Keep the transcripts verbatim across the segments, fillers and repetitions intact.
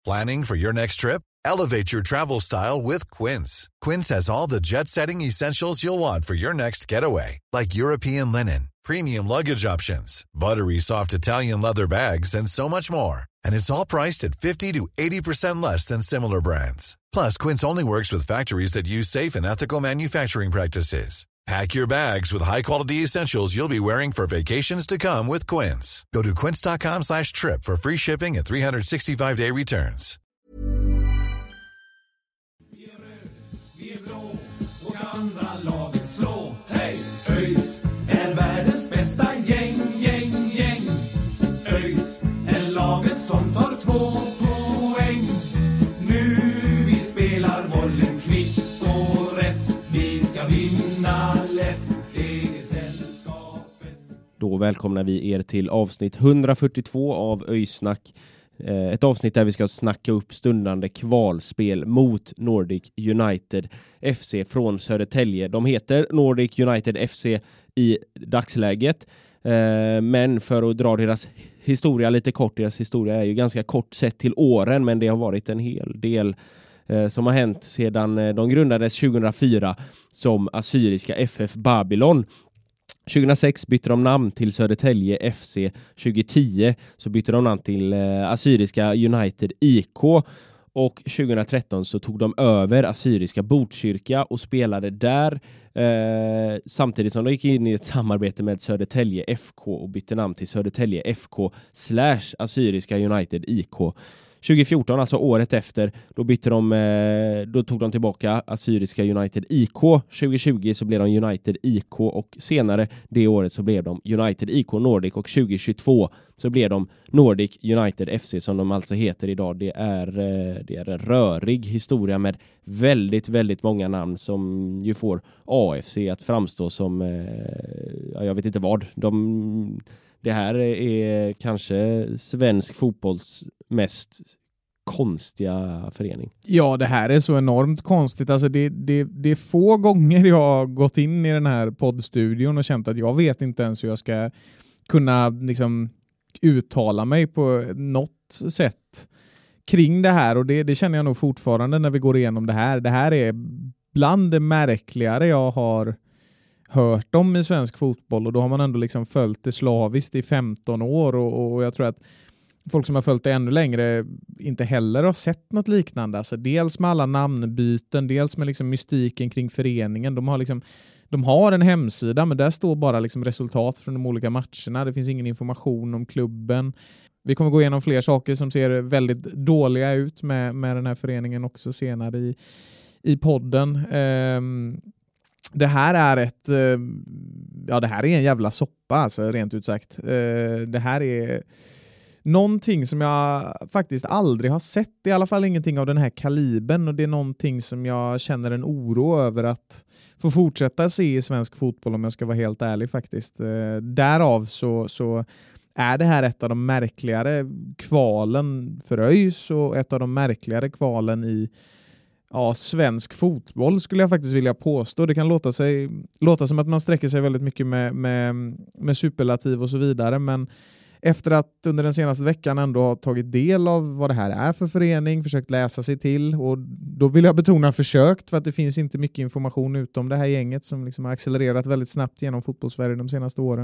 Planning for your next trip? Elevate your travel style with Quince. Quince has all the jet-setting essentials you'll want for your next getaway, like European linen, premium luggage options, buttery soft Italian leather bags, and so much more. And it's all priced at fifty to eighty percent less than similar brands. Plus, Quince only works with factories that use safe and ethical manufacturing practices. Pack your bags with high-quality essentials you'll be wearing for vacations to come with Quince. Go to quince.com slash trip for free shipping and three sixty-five day returns. Vi är röd, vi är blå, och ska andra laget slå. Hej! ÖIS är världens bästa gäng, gäng, gäng. ÖIS är laget som tar två poäng. Nu vi spelar bollen kvitt och rätt. Vi ska vinna lätt, det är sällskapet. Då välkomnar vi er till avsnitt hundrafyrtiotvå av ÖIS-snack. Ett avsnitt där vi ska snacka upp stundande kvalspel mot Nordic United F C från Södertälje. De heter Nordic United F C i dagsläget. Men för att dra deras historia lite kort, deras historia är ju ganska kort sett till åren, men det har varit en hel del som har hänt sedan de grundades tjugohundrafyra som Assyriska F F Babylon. tjugohundrasex bytte de namn till Södertälje F C. tjugohundratio så bytte de namn till eh, Assyriska United I K. Och tjugohundratretton så tog de över Assyriska Botkyrka och spelade där. Eh, samtidigt som de gick in i ett samarbete med Södertälje F K och bytte namn till Södertälje F K slash Assyriska United I K. tjugohundrafjorton, alltså året efter, då bytte de, eh, då tog de tillbaka Assyriska United I K. tjugohundratjugo så blev de United I K och senare det året så blev de United I K Nordic och tjugohundratjugotvå så blev de Nordic United F C som de alltså heter idag. Det är, eh, det är en rörig historia med väldigt, väldigt många namn som ju får A F C att framstå som, eh, jag vet inte vad, de... Det här är kanske svensk fotbolls mest konstiga förening. Ja, det här är så enormt konstigt. Alltså det, det, det är få gånger jag har gått in i den här poddstudion och känt att jag vet inte ens hur jag ska kunna liksom uttala mig på något sätt kring det här. Och det, det känner jag nog fortfarande när vi går igenom det här. Det här är bland det märkligare jag har hört om i svensk fotboll, och då har man ändå liksom följt det slaviskt i femton år, och, och jag tror att folk som har följt det ännu längre inte heller har sett något liknande. Alltså dels med alla namnbyten, dels med liksom mystiken kring föreningen. De har, liksom, de har en hemsida, men där står bara liksom resultat från de olika matcherna. Det finns ingen information om klubben. Vi kommer gå igenom fler saker som ser väldigt dåliga ut med, med den här föreningen också senare i, i podden. Ehm, Det här är ett ja det här är en jävla soppa, alltså rent ut sagt. Det här är någonting som jag faktiskt aldrig har sett, i alla fall ingenting av den här kalibern, och det är någonting som jag känner en oro över att få fortsätta se i svensk fotboll, om jag ska vara helt ärlig faktiskt. Därav så, så är det här ett av de märkligare kvalen för ÖIS och ett av de märkligare kvalen i Ja, svensk fotboll skulle jag faktiskt vilja påstå. Det kan låta, sig, låta som att man sträcker sig väldigt mycket med, med, med superlativ och så vidare, men efter att under den senaste veckan ändå ha tagit del av vad det här är för förening, försökt läsa sig till, och då vill jag betona försökt, för att det finns inte mycket information utom det här gänget som liksom har accelererat väldigt snabbt genom fotbollssverige de senaste åren,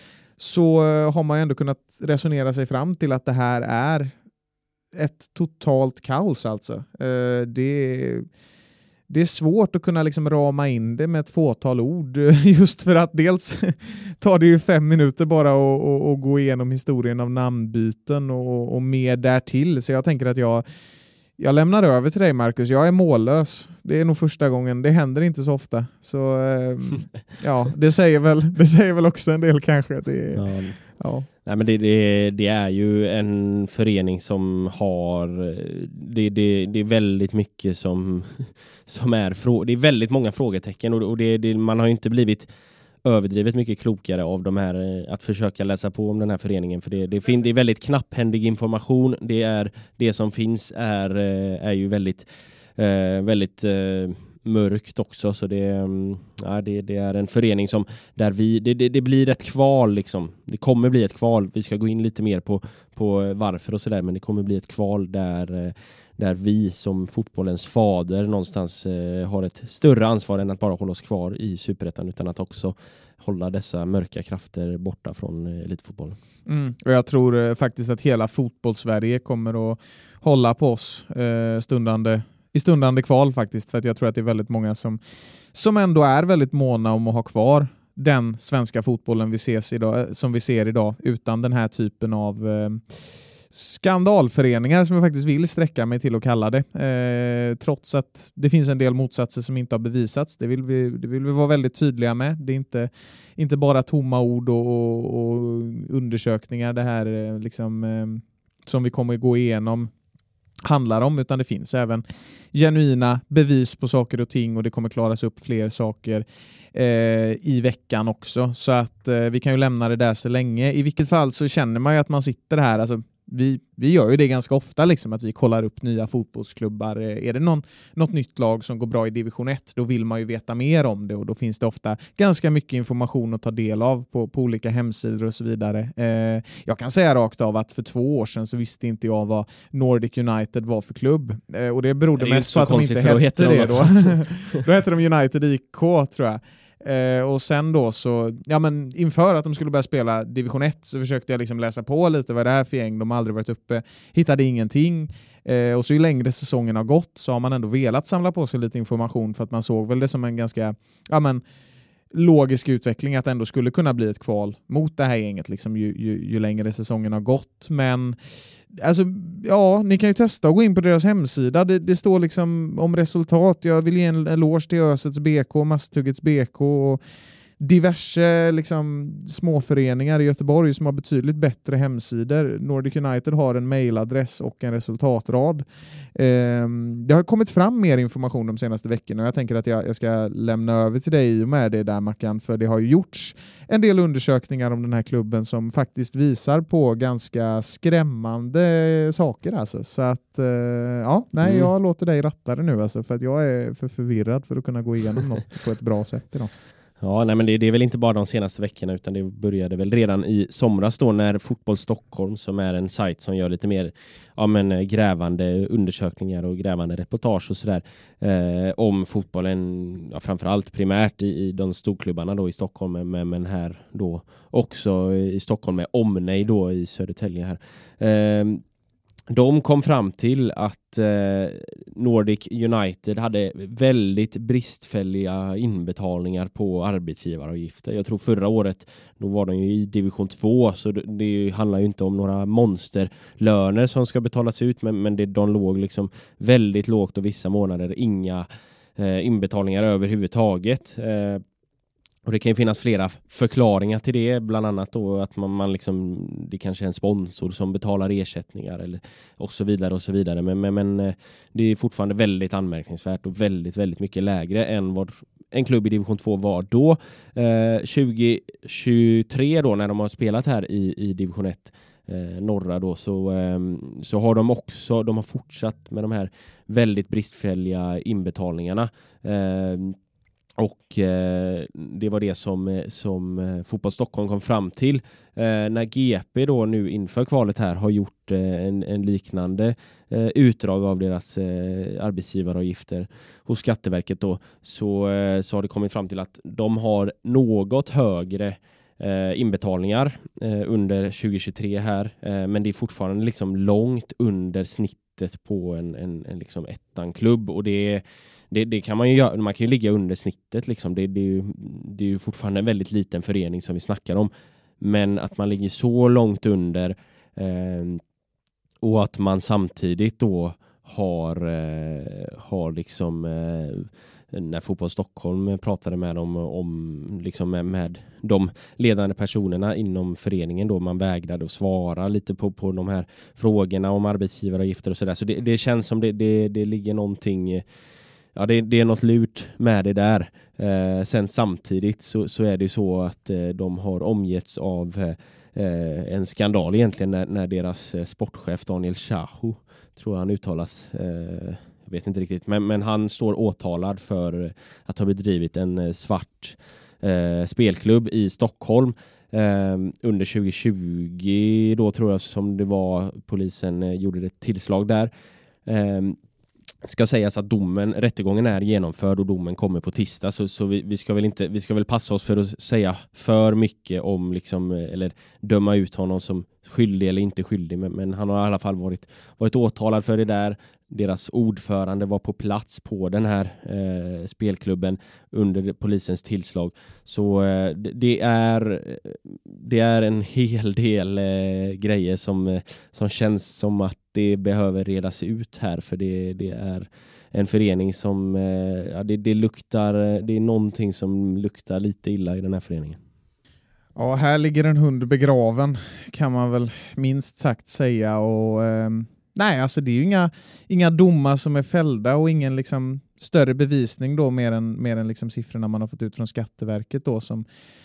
så har man ändå kunnat resonera sig fram till att det här är ett totalt kaos alltså. Uh, det, det är svårt att kunna liksom rama in det med ett fåtal ord, just för att dels tar det ju fem minuter bara att och, och gå igenom historien av namnbyten och, och mer därtill. Så jag tänker att jag, jag lämnar över till dig, Marcus. Jag är mållös. Det är nog första gången. Det händer inte så ofta. Så uh, ja, det säger väl, det säger väl också en del kanske. Det, ja. ja. Nej, men det, det, det är ju en förening som har det, det, det är väldigt mycket som, som är frå, det är väldigt många frågetecken, och, och det, det, man har ju inte blivit överdrivet mycket klokare av de här, att försöka läsa på om den här föreningen, för det, det, fin, det är väldigt knapphändig information. Det, är, det som finns är, är ju väldigt, väldigt mörkt också, så det, ja, det, det är en förening som där vi, det, det, det blir ett kval liksom. Det kommer bli ett kval. Vi ska gå in lite mer på, på varför och sådär, men det kommer bli ett kval där, där vi som fotbollens fader någonstans eh, har ett större ansvar än att bara hålla oss kvar i Superettan, utan att också hålla dessa mörka krafter borta från eh, elitfotbollen. Mm. Och jag tror eh, faktiskt att hela fotbollssverige kommer att hålla på oss eh, stundande i stundande kval faktiskt, för att jag tror att det är väldigt många som, som ändå är väldigt måna om att ha kvar den svenska fotbollen vi ses idag, som vi ser idag, utan den här typen av eh, skandalföreningar som jag faktiskt vill sträcka mig till att kalla det. Eh, trots att det finns en del motsatser som inte har bevisats. Det vill vi, det vill vi vara väldigt tydliga med. Det är inte, inte bara tomma ord och, och, och undersökningar det här eh, liksom, eh, som vi kommer att gå igenom handlar om, utan det finns även genuina bevis på saker och ting, och det kommer klaras upp fler saker eh, i veckan också. Så att eh, vi kan ju lämna det där så länge. I vilket fall så känner man ju att man sitter här, alltså vi, vi gör ju det ganska ofta liksom, att vi kollar upp nya fotbollsklubbar. Är det någon, något nytt lag som går bra i division ett, då vill man ju veta mer om det, och då finns det ofta ganska mycket information att ta del av på, på olika hemsidor och så vidare. Eh, jag kan säga rakt av att för två år sedan så visste inte jag vad Nordic United var för klubb, eh, och det berodde det mest på att de inte hette det, det då. Då hette de United I K, tror jag. Eh, och sen då så, ja men inför att de skulle börja spela division ett så försökte jag liksom läsa på lite vad det är för gäng, de har aldrig varit uppe, hittade ingenting. Eh, och så ju längre säsongen har gått så har man ändå velat samla på sig lite information, för att man såg väl det som en ganska, ja men logisk utveckling att det ändå skulle kunna bli ett kval mot det här gänget liksom, ju, ju, ju längre säsongen har gått. Men alltså, ja, ni kan ju testa att gå in på deras hemsida. Det, det står liksom om resultat. Jag vill ge en eloge till Ösets B K, Masthuggets B K och diverse liksom, småföreningar i Göteborg som har betydligt bättre hemsidor. Nordic United har en mailadress och en resultatrad. Eh, det har kommit fram mer information de senaste veckorna, och jag tänker att jag, jag ska lämna över till dig med det där, Mackan, för det har ju gjorts en del undersökningar om den här klubben som faktiskt visar på ganska skrämmande saker alltså. Så att, eh, ja, nej, mm. jag låter dig ratta det nu alltså, för att jag är för förvirrad för att kunna gå igenom något på ett bra sätt idag. Ja, nej, men det, det är väl inte bara de senaste veckorna, utan det började väl redan i somras då, när Fotboll Stockholm, som är en sajt som gör lite mer ja, men, grävande undersökningar och grävande reportage och sådär eh, om fotbollen, ja, framförallt primärt i, i de storklubbarna då i Stockholm, men, men här då också i Stockholm med omnejd då i Södertälje här. Eh, De kom fram till att eh, Nordic United hade väldigt bristfälliga inbetalningar på arbetsgivaravgifter. Jag tror förra året, då var de ju i division två, så det, det handlar ju inte om några monsterlöner som ska betalas ut, men, men det, de låg liksom väldigt lågt, och vissa månader inga eh, inbetalningar överhuvudtaget. Eh, Och det kan ju finnas flera förklaringar till det, bland annat då att man, man liksom, det kanske är en sponsor som betalar ersättningar eller och så vidare och så vidare. Men, men, men det är fortfarande väldigt anmärkningsvärt och väldigt, väldigt mycket lägre än vad en klubb i division två var då. Eh, tjugo tjugotre då, när de har spelat här i, i division ett eh, norra då, så, eh, så har de också, de har fortsatt med de här väldigt bristfälliga inbetalningarna. Eh, Och eh, det var det som, som eh, Fotboll Stockholm kom fram till eh, när G P då nu inför kvalet här har gjort eh, en, en liknande eh, utdrag av deras eh, arbetsgivaravgifter hos Skatteverket då, så, eh, så har det kommit fram till att de har något högre eh, inbetalningar eh, under tjugo tjugotre här, eh, men det är fortfarande liksom långt under snittet på en, en, en liksom ettan-klubb, och det är Det, det kan man ju göra, man kan ju ligga under snittet liksom. Det, det, är ju, det är ju fortfarande en väldigt liten förening som vi snackar om, men att man ligger så långt under eh, och att man samtidigt då har eh, har liksom eh, när Fotboll Stockholm pratade med dem om liksom med, med de ledande personerna inom föreningen då, man vägrade att svara lite på, på de här frågorna om arbetsgivaravgifter och sådär, så det, det känns som det, det, det ligger någonting. Ja, det, det är något lurt med det där. Eh, sen samtidigt så, så är det så att eh, de har omgetts av eh, en skandal egentligen när, när deras eh, sportchef Daniel Chahu, tror jag han uttalas, eh, jag vet inte riktigt, men, men han står åtalad för att ha bedrivit en svart eh, spelklubb i Stockholm eh, under tjugo tjugo, då tror jag som det var, polisen eh, gjorde ett tillslag där. Eh, ska sägas att domen, rättegången är genomförd och domen kommer på tisdag, så, så vi, vi ska väl inte, vi ska väl passa oss för att säga för mycket om liksom, eller döma ut honom som skyldig eller inte skyldig, men, men han har i alla fall varit, varit åtalad för det där. Deras ordförande var på plats på den här eh, spelklubben under polisens tillslag. Så eh, det är det är en hel del eh, grejer som, eh, som känns som att det behöver redas ut här, för det, det är en förening som eh, ja, det, det luktar, det är någonting som luktar lite illa i den här föreningen. Ja, här ligger en hund begraven kan man väl minst sagt säga, och eh, nej, alltså det är ju inga, inga domar som är fällda och ingen liksom större bevisning då, mer än, mer än liksom siffrorna man har fått ut från Skatteverket då, som,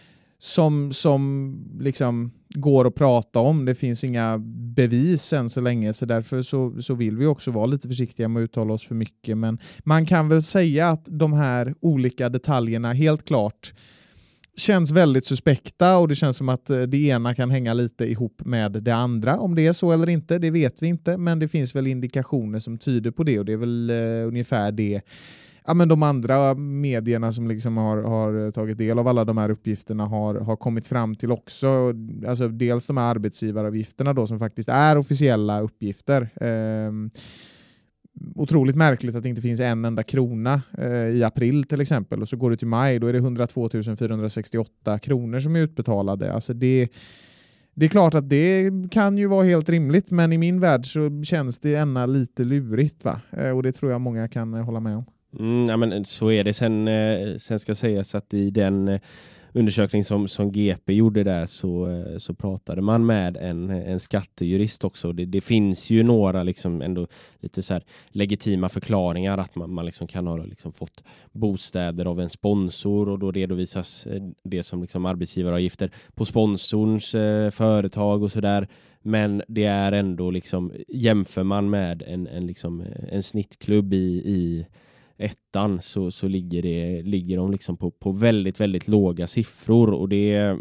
som, som liksom går att prata om. Det finns inga bevis än så länge, så därför så, så vill vi också vara lite försiktiga med att uttala oss för mycket, men man kan väl säga att de här olika detaljerna helt klart känns väldigt suspekta, och det känns som att det ena kan hänga lite ihop med det andra. Om det är så eller inte, det vet vi inte, men det finns väl indikationer som tyder på det, och det är väl eh, ungefär det. Ja, men de andra medierna som liksom har, har tagit del av alla de här uppgifterna har, har kommit fram till också. Alltså dels de här arbetsgivaravgifterna då, som faktiskt är officiella uppgifter. Eh, Otroligt märkligt att det inte finns en enda krona eh, i april till exempel, och så går det till maj, då är det hundratvå tusen fyrahundrasextioåtta kronor som är utbetalade. Alltså det, det är klart att det kan ju vara helt rimligt, men i min värld så känns det ännu lite lurigt, va? Eh, och det tror jag många kan eh, hålla med om. Mm, ja, men så är det. Sen, eh, sen ska sägas att i den eh, undersökning som, som G P gjorde där, så, eh, så pratade man med en, en skattejurist också. Det, det finns ju några liksom ändå lite så här legitima förklaringar att man, man liksom kan ha liksom fått bostäder av en sponsor, och då redovisas eh, det som liksom arbetsgivaravgifter på sponsorns eh, företag och sådär. Men det är ändå liksom, jämför man med en, en, liksom, en snittklubb i, i ettan, så, så ligger, det, ligger de liksom på, på väldigt, väldigt låga siffror, och det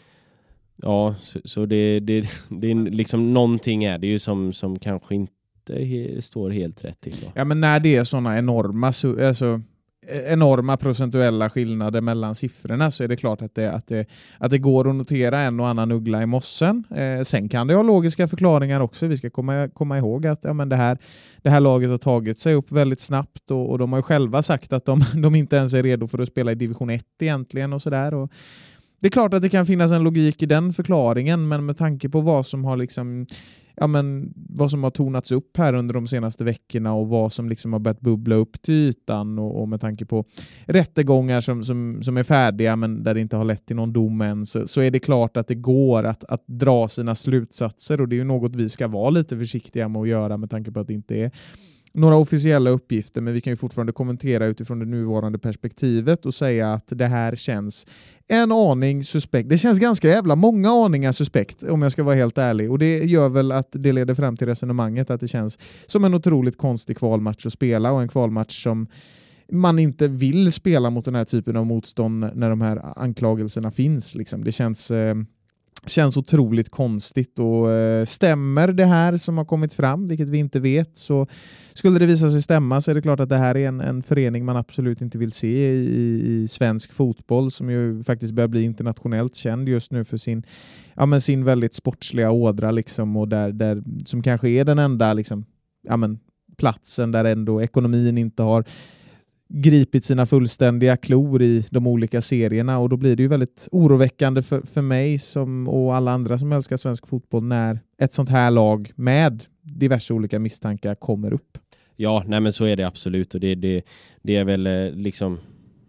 ja, så, så det, det, det är liksom någonting är det ju som, som kanske inte he, står helt rätt till då. Ja, men när det är sådana enorma alltså enorma procentuella skillnader mellan siffrorna, så är det klart att det, att det, att det går att notera en och annan uggla i mossen. Eh, sen kan det ha logiska förklaringar också. Vi ska komma, komma ihåg att ja, men det, här, det här laget har tagit sig upp väldigt snabbt, och, och de har ju själva sagt att de, de inte ens är redo för att spela i division ett egentligen och sådär. Och det är klart att det kan finnas en logik i den förklaringen, men med tanke på vad som har liksom ja, men vad som har tonats upp här under de senaste veckorna, och vad som liksom har börjat bubbla upp till ytan, och, och med tanke på rättegångar som, som, som är färdiga men där det inte har lett till någon dom än, så, så är det klart att det går att, att dra sina slutsatser, och det är ju något vi ska vara lite försiktiga med att göra med tanke på att det inte är några officiella uppgifter, men vi kan ju fortfarande kommentera utifrån det nuvarande perspektivet och säga att det här känns en aning suspekt. Det känns ganska jävla många aningar suspekt, om jag ska vara helt ärlig, och det gör väl att det leder fram till resonemanget att det känns som en otroligt konstig kvalmatch att spela, och en kvalmatch som man inte vill spela mot den här typen av motstånd när de här anklagelserna finns. Liksom. Det känns... Eh, känns otroligt konstigt, och eh, stämmer det här som har kommit fram, vilket vi inte vet, så skulle det visa sig stämma, så är det klart att det här är en, en förening man absolut inte vill se i, i svensk fotboll, som ju faktiskt börjar bli internationellt känd just nu för sin, ja, men sin väldigt sportsliga ådra liksom, och där, där, som kanske är den enda liksom, ja, men, platsen där ändå ekonomin inte har gripit sina fullständiga klor i de olika serierna, och då blir det ju väldigt oroväckande för, för mig som, och alla andra som älskar svensk fotboll när ett sånt här lag med diverse olika misstankar kommer upp. Ja, nej men så är det absolut, och det, det, det är väl liksom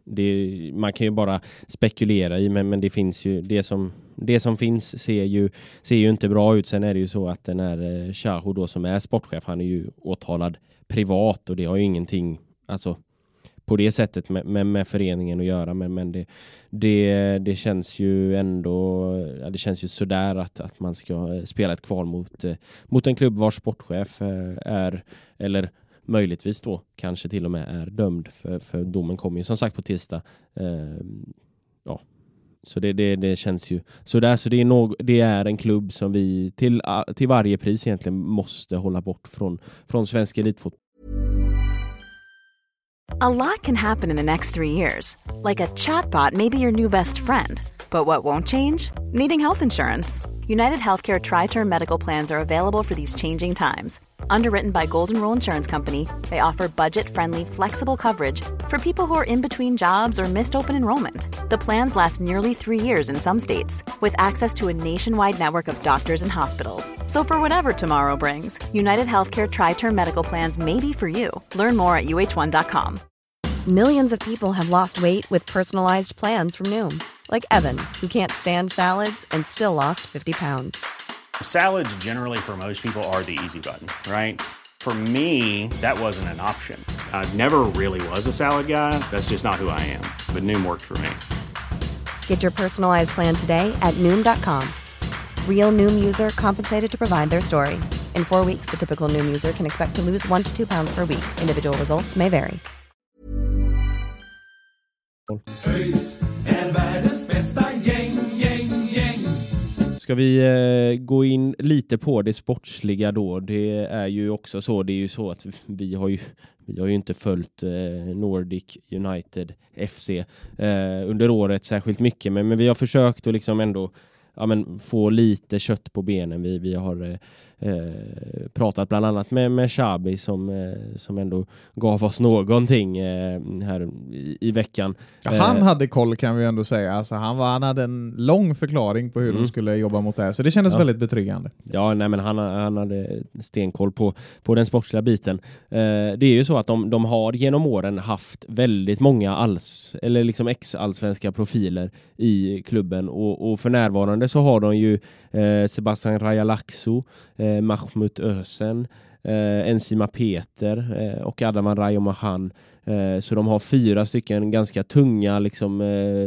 det, man kan ju bara spekulera i, men, men det finns ju det som det som finns ser ju, ser ju inte bra ut. Sen är det ju så att den här eh, Shahu då som är sportchef, han är ju åtalad privat, och det har ju ingenting alltså på det sättet med, med, med föreningen att göra, men, men det, det, det känns ju ändå ja, det känns ju sådär att, att man ska spela ett kval mot, mot en klubb vars sportchef är, eller möjligtvis då kanske till och med är dömd för, för domen kommer ju som sagt på tisdag. Eh, ja. Så det, det, det känns ju så där, så det är, nog, det är en klubb som vi till, till varje pris egentligen måste hålla bort från, från svensk elitfotboll. A lot can happen in the next three years. Like a chatbot may be your new best friend. But what won't change? Needing health insurance. United Healthcare Tri-Term Medical Plans are available for these changing times. Underwritten by Golden Rule Insurance Company, they offer budget-friendly, flexible coverage for people who are in between jobs or missed open enrollment. The plans last nearly three years in some states, with access to a nationwide network of doctors and hospitals. So for whatever tomorrow brings, United Healthcare Tri-Term Medical Plans may be for you. Learn more at U H one dot com. Millions of people have lost weight with personalized plans from Noom. Like Evan, who can't stand salads and still lost fifty pounds. Salads generally for most people are the easy button, right? For me, that wasn't an option. I never really was a salad guy. That's just not who I am. But Noom worked for me. Get your personalized plan today at Noom dot com. Real Noom user compensated to provide their story. In four weeks, the typical Noom user can expect to lose one to two pounds per week. Individual results may vary. ÖIS är världens bästa gäng, gäng, gäng. Ska vi eh, gå in lite på det sportsliga då? Det är ju också så, det är ju så att vi har ju, vi har ju inte följt eh, Nordic United F C eh, under året särskilt mycket, men, men vi har försökt att liksom ändå ja, men, få lite kött på benen. Vi, vi har eh, eh, pratat bland annat med, med Xabi som, eh, som ändå gav oss någonting eh, här i, i veckan. Ja, han hade koll kan vi ändå säga. Alltså, han, var, han hade en lång förklaring på hur mm. de skulle jobba mot det här. Så det kändes ja. väldigt betryggande. Ja, nej, men han, han hade stenkoll på, på den sportsliga biten. Eh, det är ju så att de, de har genom åren haft väldigt många alls, eller liksom ex-allsvenska profiler i klubben. Och, och för närvarande så har de ju eh, Sebastian Rajalaxo, eh, Mahmoud Ösen, eh, Enzima Peter eh, och Adaman Rayomahan. Eh, så de har fyra stycken ganska tunga liksom,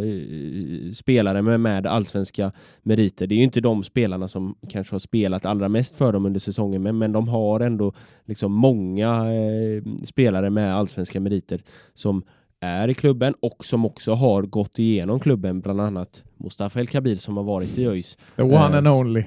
eh, spelare med, med allsvenska meriter. Det är ju inte de spelarna som kanske har spelat allra mest för dem under säsongen, men, men de har ändå liksom många eh, spelare med allsvenska meriter som är i klubben och som också har gått igenom klubben, bland annat Mustafa El Kabir som har varit i ÖIS. The one uh, and only.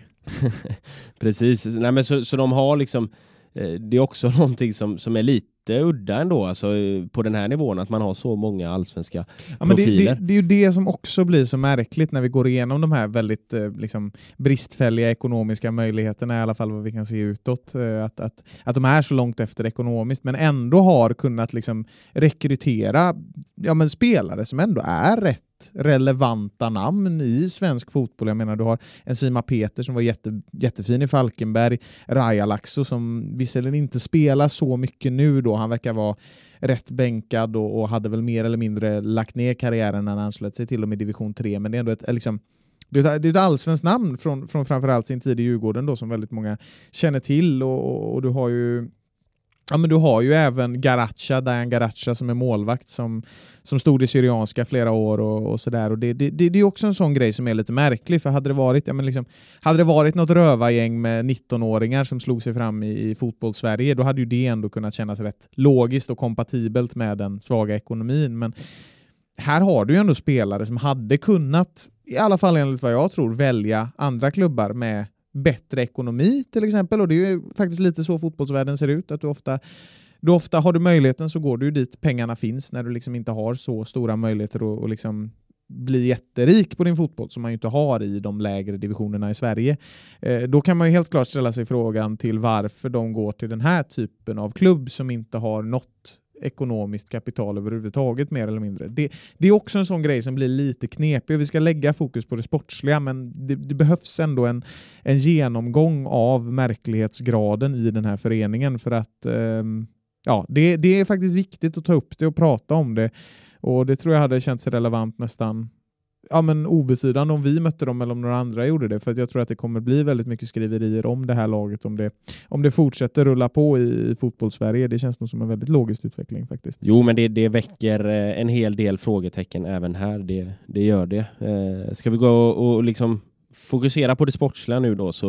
Precis. Nej, men så, så de har liksom eh, det är också någonting som, som är lite udda ändå, alltså på den här nivån, att man har så många allsvenska ja, men profiler. Det, det, det är ju det som också blir så märkligt när vi går igenom de här väldigt eh, liksom, bristfälliga ekonomiska möjligheterna, i alla fall vad vi kan se utåt, eh, att, att, att de är så långt efter ekonomiskt, men ändå har kunnat liksom, rekrytera ja, men spelare som ändå är rätt relevanta namn i svensk fotboll. Jag menar, du har Enzima Peter som var jätte, jättefin i Falkenberg, Rajalaxo som visserligen inte spelar så mycket nu då, han verkar vara rätt bänkad och, och hade väl mer eller mindre lagt ner karriären när han anslöt sig till och med division tre, men det är ändå ett, liksom, det är ett, det är ett allsvenskt namn från, från framförallt sin tid i Djurgården då, som väldigt många känner till, och, och, och du har ju Ja, men du har ju även Garacha, Dayan Garacha som är målvakt som, som stod i Syrianska flera år och, och sådär. Och det, det, det, det är också en sån grej som är lite märklig, för hade det varit, ja, men liksom, hade det varit något rövargäng med nittonåringar som slog sig fram i, i fotboll-Sverige, då hade ju det ändå kunnat kännas rätt logiskt och kompatibelt med den svaga ekonomin. Men här har du ju ändå spelare som hade kunnat, i alla fall enligt vad jag tror, välja andra klubbar med bättre ekonomi till exempel, och det är ju faktiskt lite så fotbollsvärlden ser ut, att du ofta, du ofta har du möjligheten så går du dit pengarna finns, när du liksom inte har så stora möjligheter att, att liksom bli jätterik på din fotboll som man ju inte har i de lägre divisionerna i Sverige. Eh, då kan man ju helt klart ställa sig frågan till varför de går till den här typen av klubb som inte har något ekonomiskt kapital överhuvudtaget, mer eller mindre. Det, det är också en sån grej som blir lite knepig. Vi ska lägga fokus på det sportsliga, men det, det behövs ändå en, en genomgång av märklighetsgraden i den här föreningen, för att eh, ja, det, det är faktiskt viktigt att ta upp det och prata om det, och det tror jag hade känts relevant nästan ja, men obetydande om vi mötte dem eller om några andra gjorde det, för att jag tror att det kommer bli väldigt mycket skriverier om det här laget om det, om det fortsätter rulla på i, i fotbollssverige. Det känns nog som en väldigt logisk utveckling faktiskt. Jo, men det, det väcker en hel del frågetecken även här. Det, det gör det. Eh, ska vi gå och, och liksom fokusera på det sportsliga nu då, så,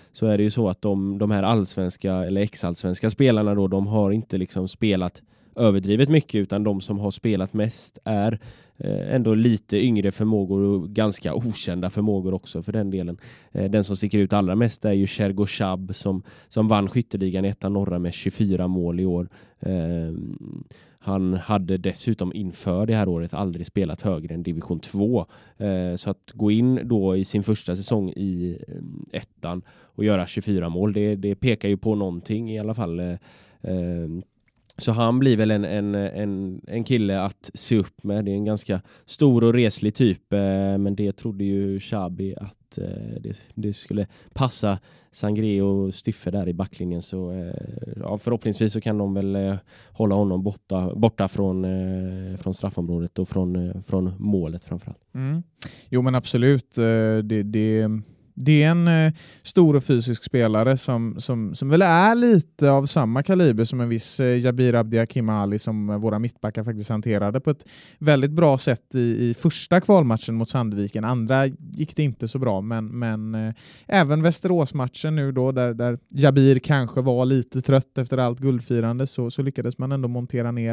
så är det ju så att de, de här allsvenska eller ex-allsvenska spelarna då, de har inte liksom spelat överdrivet mycket, utan de som har spelat mest är eh, ändå lite yngre förmågor och ganska okända förmågor också för den delen. Eh, den som sticker ut allra mest är ju Shergo Chab som, som vann skytteligan i ettan norra med tjugofyra mål i år. Eh, han hade dessutom inför det här året aldrig spelat högre än division två. Eh, så att gå in då i sin första säsong i eh, ettan och göra tjugofyra mål, det, det pekar ju på någonting i alla fall. Eh, eh, Så han blir väl en, en, en, en kille att se upp med. Det är en ganska stor och reslig typ. Eh, men det trodde ju Xabi att eh, det, det skulle passa Sangré och Styffe där i backlinjen. Så eh, ja, förhoppningsvis så kan de väl eh, hålla honom borta, borta från, eh, från straffområdet och från, eh, från målet framförallt. Mm. Jo men absolut. Det... det... Det är en eh, stor och fysisk spelare som, som, som väl är lite av samma kaliber som en viss eh, Jabir Abdihakim Ali som eh, våra mittbackar faktiskt hanterade på ett väldigt bra sätt i, i första kvalmatchen mot Sandviken. Andra gick det inte så bra, men, men eh, även Västeråsmatchen nu då där, där Jabir kanske var lite trött efter allt guldfirande så, så lyckades man ändå montera ner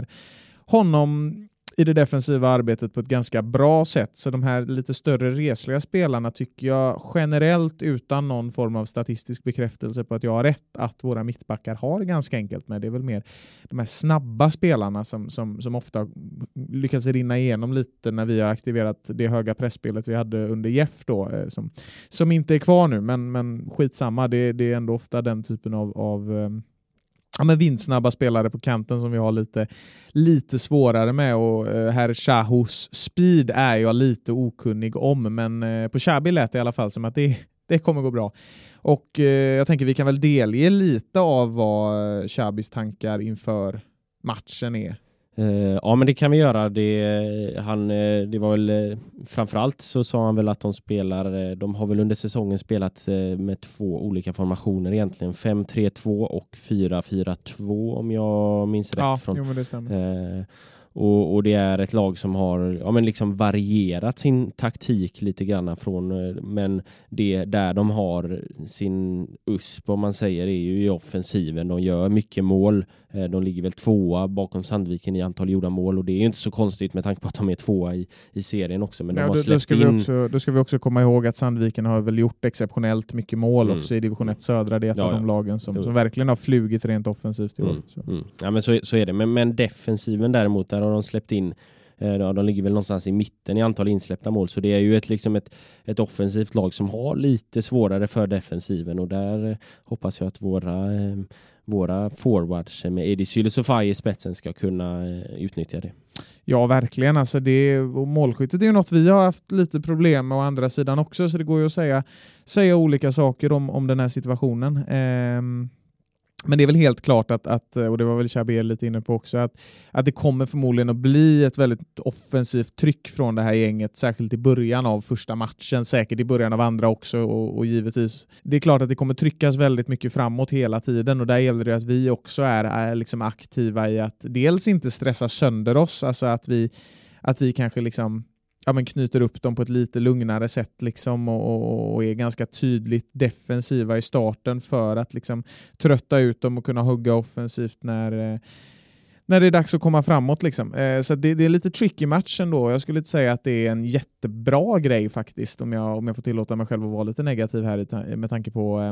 honom i det defensiva arbetet på ett ganska bra sätt. Så de här lite större resliga spelarna tycker jag generellt utan någon form av statistisk bekräftelse på att jag har rätt att våra mittbackar har ganska enkelt med. Det är väl mer de här snabba spelarna som, som, som ofta lyckas rinna igenom lite när vi har aktiverat det höga pressspelet vi hade under Jeff då, som, som inte är kvar nu, men, men skitsamma. Det, det är ändå ofta den typen av, av ja, men vindsnabba spelare på kanten som vi har lite, lite svårare med, och uh, herr Shahus speed är jag lite okunnig om, men uh, på Xabi lät det i alla fall som att det, det kommer gå bra. Och uh, jag tänker vi kan väl delge lite av vad uh, Xabis tankar inför matchen är. Uh, ja men det kan vi göra. Det, han, uh, det var väl uh, framförallt så sa han väl att de spelar, uh, de har väl under säsongen spelat uh, med två olika formationer egentligen, fem tre två och fyra fyra två om jag minns rätt. Ja, från, jo, men det stämmer. Uh, Och, och det är ett lag som har ja, men liksom varierat sin taktik lite grann från, men det där de har sin U S P om man säger är ju i offensiven. De gör mycket mål. De ligger väl tvåa bakom Sandviken i antal gjorda mål, och det är ju inte så konstigt med tanke på att de är tvåa i, i serien också. Men de ja, har då, släppt då, ska in... vi också, då ska vi också komma ihåg att Sandviken har väl gjort exceptionellt mycket mål mm. också i division ett södra. Det är ett ja, av de ja. lagen som, som verkligen har flugit rent offensivt i år. Mm. Så. Mm. Ja men så, så är det. Men, men defensiven däremot, där har de släppt in, ja, de ligger väl någonstans i mitten i antal insläppta mål, så det är ju ett, liksom ett, ett offensivt lag som har lite svårare för defensiven, och där eh, hoppas jag att våra, eh, våra forwards med Edi Sylosofai i spetsen ska kunna eh, utnyttja det. Ja, verkligen. Alltså det, och målskyttet är ju något vi har haft lite problem med å andra sidan också, så det går ju att säga, säga olika saker om, om den här situationen. Ehm. Men det är väl helt klart att, att och det var väl Xabi lite inne på också, att, att det kommer förmodligen att bli ett väldigt offensivt tryck från det här gänget, särskilt i början av första matchen, säkert i början av andra också, och, och givetvis. Det är klart att det kommer tryckas väldigt mycket framåt hela tiden, och där gäller det att vi också är, är liksom aktiva i att dels inte stressa sönder oss, alltså att vi, att vi kanske liksom ja, men knyter upp dem på ett lite lugnare sätt liksom, och, och är ganska tydligt defensiva i starten för att liksom trötta ut dem och kunna hugga offensivt när, när det är dags att komma framåt. Liksom. Så det, det är lite tricky match ändå. Jag skulle inte säga att det är en jättebra grej faktiskt, om jag, om jag får tillåta mig själv att vara lite negativ här med tanke på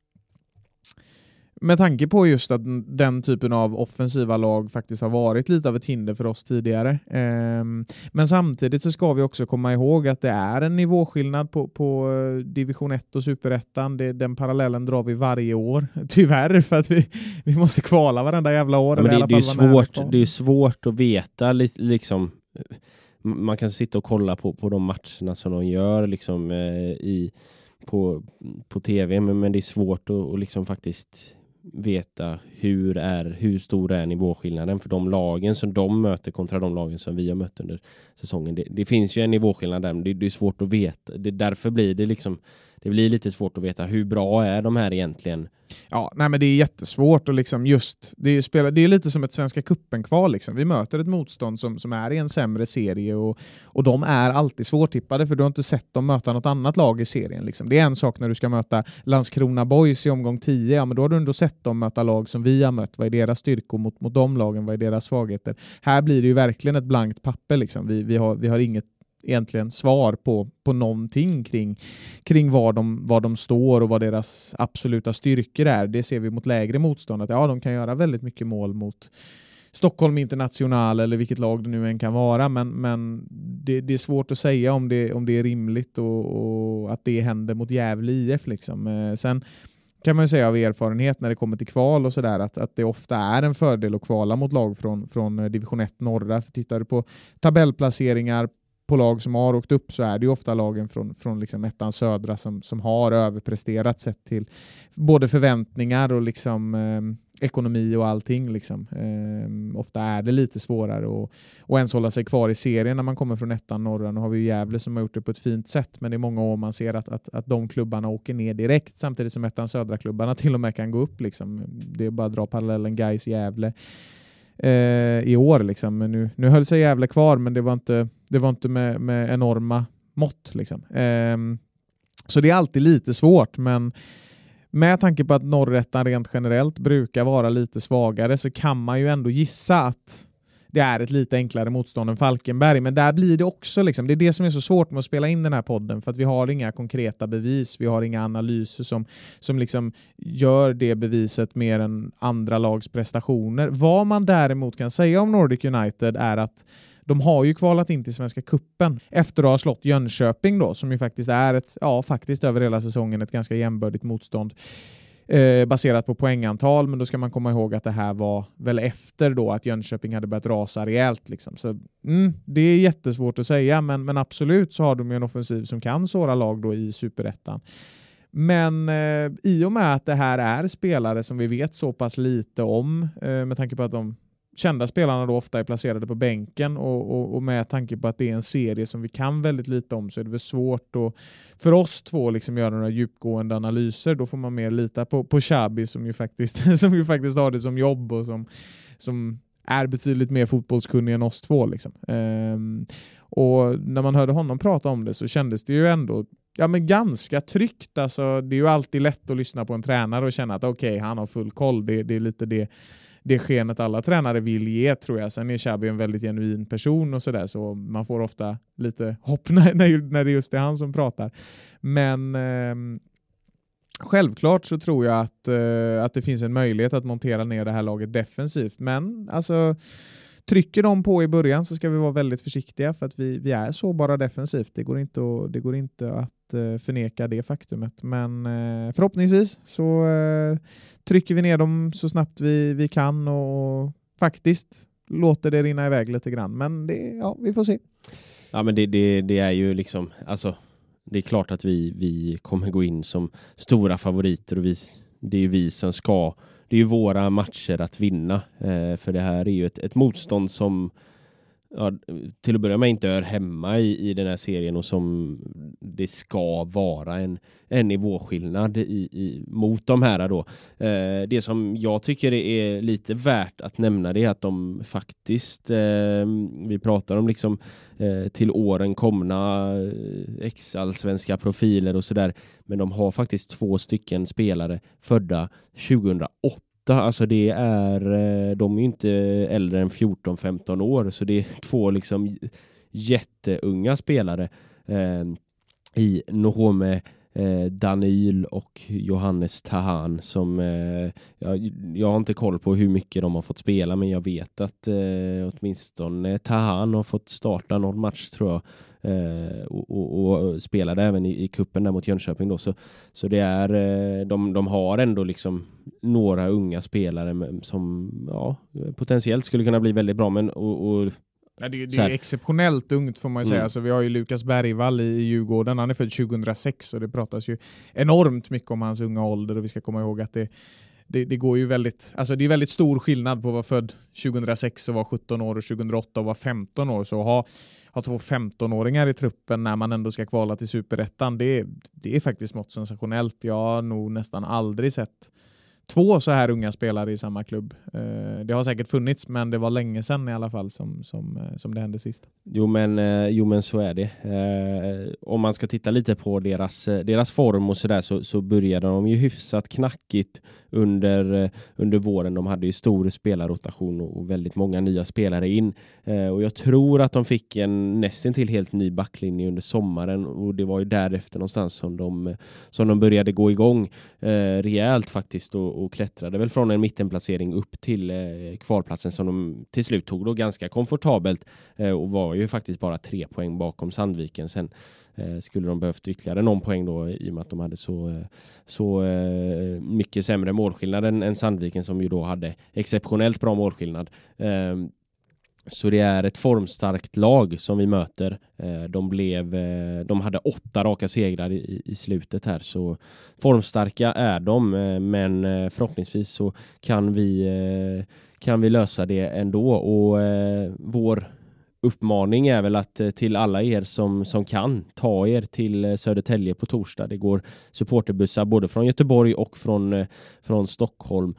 Med tanke på just att den typen av offensiva lag faktiskt har varit lite av ett hinder för oss tidigare. Um, men samtidigt så ska vi också komma ihåg att det är en nivåskillnad på, på division ett och superettan. Det, den parallellen drar vi varje år. Tyvärr, för att vi, vi måste kvala varenda jävla år. Ja, men det, det, är svårt, det är svårt att veta liksom. Man kan sitta och kolla på, på de matcherna som de gör liksom, eh, i, på, på tv, men, men det är svårt att, att liksom faktiskt veta hur, är, hur stor är nivåskillnaden för de lagen som de möter kontra de lagen som vi har mött under säsongen. Det, det finns ju en nivåskillnad där, men det, det är svårt att veta. Det, därför blir det liksom det blir lite svårt att veta hur bra är de här egentligen. Ja, nej men det är jättesvårt och liksom just det är, spela, det är lite som ett Svenska cupen-kval liksom. Vi möter ett motstånd som, som är i en sämre serie och, och de är alltid svårtippade för du har inte sett dem möta något annat lag i serien liksom. Det är en sak när du ska möta Landskrona Boys i omgång tio, ja men då har du ändå sett dem möta lag som vi har mött. Vad är deras styrkor mot, mot de lagen? Vad är deras svagheter? Här blir det ju verkligen ett blankt papper liksom. Vi, vi, har, vi har inget egentligen svar på, på någonting kring, kring var, de, var de står och vad deras absoluta styrkor är. Det ser vi mot lägre motstånd att ja, de kan göra väldigt mycket mål mot Stockholm International eller vilket lag det nu än kan vara, men, men det, det är svårt att säga om det, om det är rimligt och, och att det händer mot Gävle I F liksom. Eh, sen kan man ju säga av erfarenhet när det kommer till kval och sådär att, att det ofta är en fördel att kvala mot lag från, från division ett norra. För tittar du på tabellplaceringar på lag som har åkt upp så är det ju ofta lagen från, från liksom ettan södra som, som har överpresterat sett till både förväntningar och liksom, eh, ekonomi och allting. Liksom. Eh, ofta är det lite svårare att, att ens hålla sig kvar i serien när man kommer från ettan norra. Nu har vi ju Gävle som har gjort det på ett fint sätt, men det är många år man ser att, att, att de klubbarna åker ner direkt samtidigt som ettan södra klubbarna till och med kan gå upp. Liksom. Det är bara att dra parallellen Gais Gävle Eh, i år liksom. Men nu, nu höll sig Gävle kvar, men det var inte, det var inte med, med enorma mått liksom. Eh, så det är alltid lite svårt, men med tanke på att norrättan rent generellt brukar vara lite svagare så kan man ju ändå gissa att det är ett lite enklare motstånd än Falkenberg, men där blir det också liksom, det är det som är så svårt med att spela in den här podden, för att vi har inga konkreta bevis, vi har inga analyser som, som liksom gör det beviset mer än andra lags prestationer. Vad man däremot kan säga om Nordic United är att de har ju kvalat in till Svenska cupen efter att ha slått Jönköping då, som ju faktiskt är ett, ja faktiskt över hela säsongen ett ganska jämbördigt motstånd. Eh, baserat på poängantal, men då ska man komma ihåg att det här var väl efter då att Jönköping hade börjat rasa rejält liksom. Så mm, det är jättesvårt att säga, men, men absolut så har de ju en offensiv som kan såra lag då i Superettan. Men eh, i och med att det här är spelare som vi vet så pass lite om, eh, med tanke på att de kända spelarna då ofta är placerade på bänken och, och, och med tanke på att det är en serie som vi kan väldigt lite om, så är det väl svårt att för oss två liksom göra några djupgående analyser. Då får man mer lita på, på Xabi som ju faktiskt, som ju faktiskt har det som jobb och som, som är betydligt mer fotbollskunnig än oss två. Liksom. Ehm, och när man hörde honom prata om det så kändes det ju ändå ja, men ganska tryggt. Alltså, det är ju alltid lätt att lyssna på en tränare och känna att okej, okay, han har full koll. Det, det är lite det det skenet alla tränare vill ge, tror jag. Sen är Xabi en väldigt genuin person och sådär, så man får ofta lite hopp när, när det just är han som pratar. Men eh, självklart så tror jag att, eh, att det finns en möjlighet att montera ner det här laget defensivt. Men alltså, trycker de på i början så ska vi vara väldigt försiktiga, för att vi, vi är så bara defensivt. Det går inte att, det går inte att uh, förneka det faktumet. Men uh, förhoppningsvis så uh, trycker vi ner dem så snabbt vi, vi kan och faktiskt låter det rinna iväg lite grann. Men det, ja, vi får se. Ja, men det, det, det är ju liksom, alltså, det är klart att vi, vi kommer gå in som stora favoriter och vi, det är ju vi som ska, det är ju våra matcher att vinna, eh, för det här är ju ett, ett motstånd som ja, till att börja med inte hör hemma i, i den här serien och som det ska vara en, en nivåskillnad i, i, mot de här då. Eh, det som jag tycker är lite värt att nämna, det är att de faktiskt, eh, vi pratar om liksom eh, till åren komna eh, ex-allsvenska profiler och sådär, men de har faktiskt två stycken spelare födda tjugohundraåtta. Alltså det är, de är ju inte äldre än fjorton femton år, så det är två liksom jätteunga spelare eh, i Nohome eh, Daniel och Johannes Tahan som eh, jag, jag har inte koll på hur mycket de har fått spela, men jag vet att eh, åtminstone Tahan har fått starta någon match, tror jag. Uh, och, och, och spelade även i, i kuppen där mot Jönköping då, så, så det är uh, de, de har ändå liksom några unga spelare med, som ja, potentiellt skulle kunna bli väldigt bra, men och, och ja, det, det är exceptionellt ungt får man ju säga. Mm. Alltså, vi har ju Lukas Bergvall i, i Djurgården, han är född tjugohundrasex och det pratas ju enormt mycket om hans unga ålder, och vi ska komma ihåg att det det, det går ju väldigt, alltså det är väldigt stor skillnad på att vara född tjugohundrasex och vara sjutton år och tjugohundraåtta och vara femton år. Så ha, ha två femton-åringar i truppen när man ändå ska kvala till Superettan, det, det är faktiskt något sensationellt. Jag har nog nästan aldrig sett två så här unga spelare i samma klubb. Eh, det har säkert funnits, men det var länge sedan i alla fall som, som, som det hände sist. Jo men, eh, jo, men så är det. Eh, om man ska titta lite på deras, deras form och sådär så, så började de ju hyfsat knackigt under, under våren. De hade ju stor spelarrotation och, och väldigt många nya spelare in. Eh, och jag tror att de fick en nästan till helt ny backlinje under sommaren, och det var ju därefter någonstans som de, som de började gå igång eh, rejält faktiskt och och klättrade väl från en mittenplacering upp till eh, kvalplatsen som de till slut tog då ganska komfortabelt eh, och var ju faktiskt bara tre poäng bakom Sandviken. Sen eh, skulle de behövt ytterligare någon poäng då i och med att de hade så, eh, så eh, mycket sämre målskillnad än, än Sandviken som ju då hade exceptionellt bra målskillnad. Eh, Så det är ett formstarkt lag som vi möter. De, blev, de hade åtta raka segrar i, i slutet här. Så formstarka är de. Men förhoppningsvis så kan vi, kan vi lösa det ändå. Och vår uppmaning är väl att till alla er som, som kan ta er till Södertälje på torsdag. Det går supporterbussar både från Göteborg och från, från Stockholm.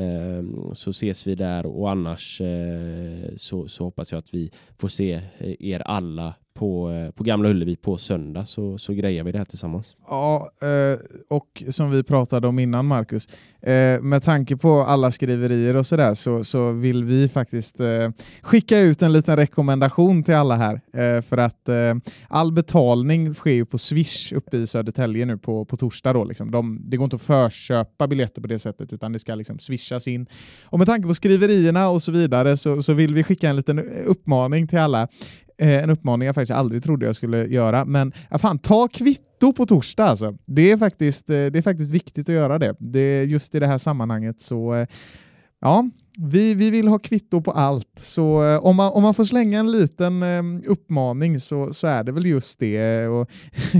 Så ses vi där, och annars så, så hoppas jag att vi får se er alla på, på Gamla Ullevi på söndag, så, så grejer vi det här tillsammans. Ja, och som vi pratade om innan, Marcus, med tanke på alla skriverier och sådär så, så vill vi faktiskt skicka ut en liten rekommendation till alla här, för att all betalning sker ju på Swish uppe i Södertälje nu på, på torsdag då liksom. De, det går inte att förköpa biljetter på det sättet, utan det ska liksom swishas in. Och med tanke på skriverierna och så vidare så, så vill vi skicka en liten uppmaning till alla. En uppmaning jag faktiskt aldrig trodde jag skulle göra. Men ja, fan, ta kvitto på torsdag alltså. Det är faktiskt, det är faktiskt viktigt att göra det. Det är just i det här sammanhanget så ja, vi, vi vill ha kvitto på allt. Så om man, om man får slänga en liten uppmaning så, så är det väl just det. Och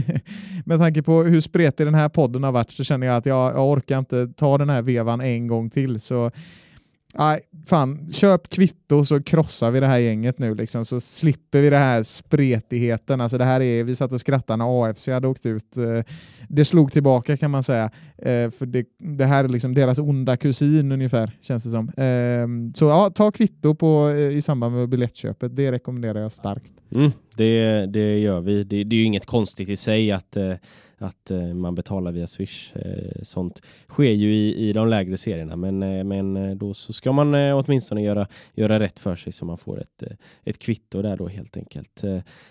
med tanke på hur spretig den här podden har varit så känner jag att jag, jag orkar inte ta den här vevan en gång till. Så nej, fan, köp kvitto så krossar vi det här gänget nu liksom, så slipper vi det här spretigheten. Alltså det här är, vi satt och skrattade när A F C hade åkt ut. Det slog tillbaka kan man säga. För det, det här är liksom deras onda kusin ungefär, känns det som. Så ja, ta kvitto på, i samband med biljettköpet. Det rekommenderar jag starkt. Mm, det, det gör vi. Det, det är ju inget konstigt i sig att att eh, man betalar via Swish. Eh, sånt sker ju i, i de lägre serierna, men, eh, men då så ska man eh, åtminstone göra, göra rätt för sig så man får ett, eh, ett kvitto där då helt enkelt.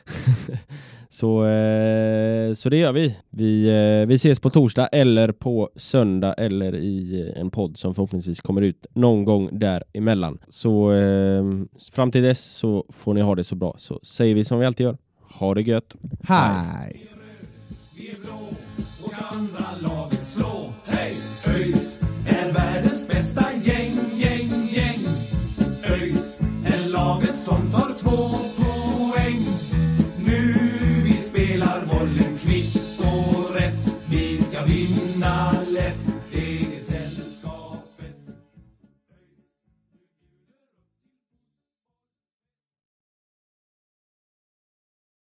så, eh, så det gör vi. Vi, eh, vi ses på torsdag eller på söndag eller i en podd som förhoppningsvis kommer ut någon gång däremellan. Så eh, fram till dess så får ni ha det så bra, så säger vi som vi alltid gör. Ha det gött. Hej! Vi är blå och ska andra laget slå. Hej! ÖIS är världens bästa gäng, gäng, gäng. ÖIS är laget som tar